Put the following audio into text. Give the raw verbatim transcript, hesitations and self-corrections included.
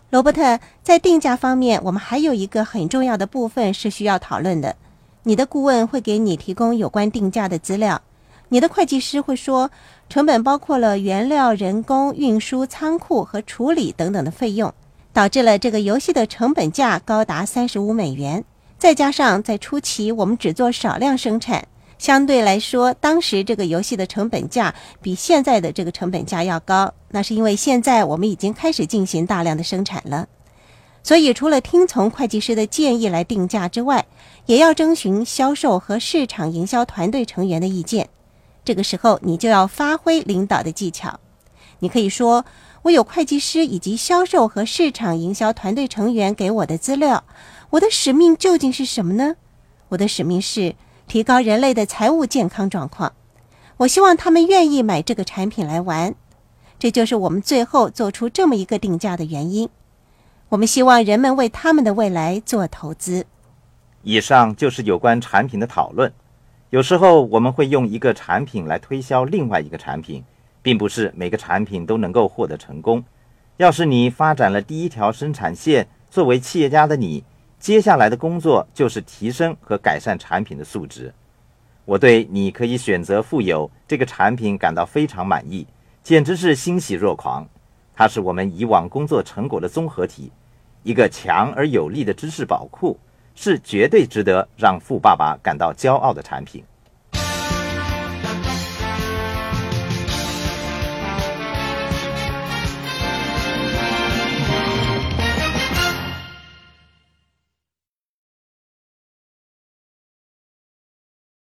罗伯特，在定价方面，我们还有一个很重要的部分是需要讨论的。你的顾问会给你提供有关定价的资料，你的会计师会说，成本包括了原料、人工、运输、仓库和处理等等的费用，导致了这个游戏的成本价高达三十五美元。再加上在初期我们只做少量生产，相对来说，当时这个游戏的成本价比现在的这个成本价要高，那是因为现在我们已经开始进行大量的生产了。所以除了听从会计师的建议来定价之外，也要征询销售和市场营销团队成员的意见。这个时候你就要发挥领导的技巧。你可以说，我有会计师以及销售和市场营销团队成员给我的资料，我的使命究竟是什么呢？我的使命是提高人类的财务健康状况。我希望他们愿意买这个产品来玩，这就是我们最后做出这么一个定价的原因。我们希望人们为他们的未来做投资。 以上就是有关产品的讨论。有时候我们会用一个产品来推销另外一个产品，并不是每个产品都能够获得成功。要是你发展了第一条生产线，作为企业家的你，接下来的工作就是提升和改善产品的素质。我对你可以选择富有这个产品感到非常满意，简直是欣喜若狂。它是我们以往工作成果的综合体，一个强而有力的知识宝库，是绝对值得让富爸爸感到骄傲的产品。